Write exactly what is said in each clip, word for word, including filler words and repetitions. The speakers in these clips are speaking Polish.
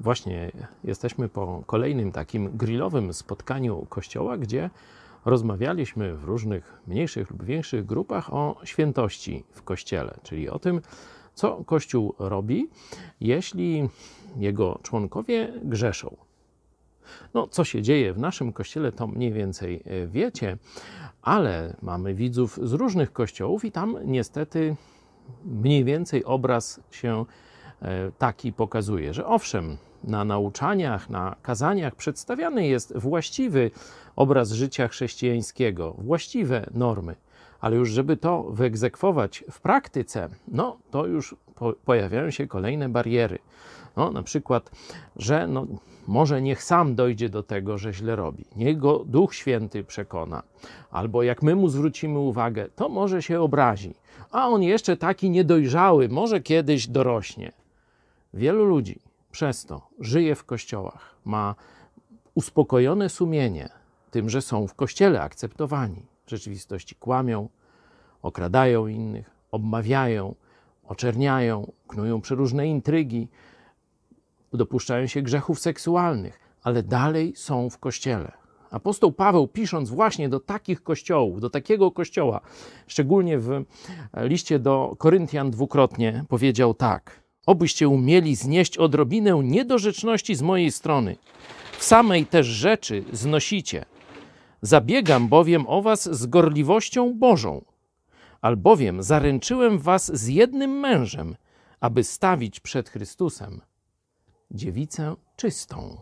Właśnie jesteśmy po kolejnym takim grillowym spotkaniu Kościoła, gdzie rozmawialiśmy w różnych mniejszych lub większych grupach o świętości w Kościele, czyli o tym, co Kościół robi, jeśli jego członkowie grzeszą. No, co się dzieje w naszym Kościele, to mniej więcej wiecie, ale mamy widzów z różnych kościołów i tam niestety mniej więcej obraz się taki pokazuje, że owszem, na nauczaniach, na kazaniach przedstawiany jest właściwy obraz życia chrześcijańskiego, właściwe normy, ale już żeby to wyegzekwować w praktyce, no to już po, pojawiają się kolejne bariery. No, na przykład, że no, może niech sam dojdzie do tego, że źle robi. Niech go Duch Święty przekona. Albo jak my mu zwrócimy uwagę, to może się obrazi. A on jeszcze taki niedojrzały, może kiedyś dorośnie. Wielu ludzi przez to żyje w kościołach, ma uspokojone sumienie tym, że są w kościele akceptowani. W rzeczywistości kłamią, okradają innych, obmawiają, oczerniają, knują przeróżne intrygi, dopuszczają się grzechów seksualnych, ale dalej są w kościele. Apostoł Paweł, pisząc właśnie do takich kościołów, do takiego kościoła, szczególnie w liście do Koryntian dwukrotnie powiedział tak: obyście umieli znieść odrobinę niedorzeczności z mojej strony. W samej też rzeczy znosicie. Zabiegam bowiem o was z gorliwością Bożą, albowiem zaręczyłem was z jednym mężem, aby stawić przed Chrystusem dziewicę czystą.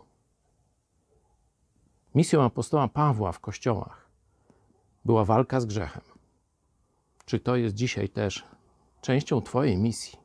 Misją apostoła Pawła w kościołach była walka z grzechem. Czy to jest dzisiaj też częścią twojej misji?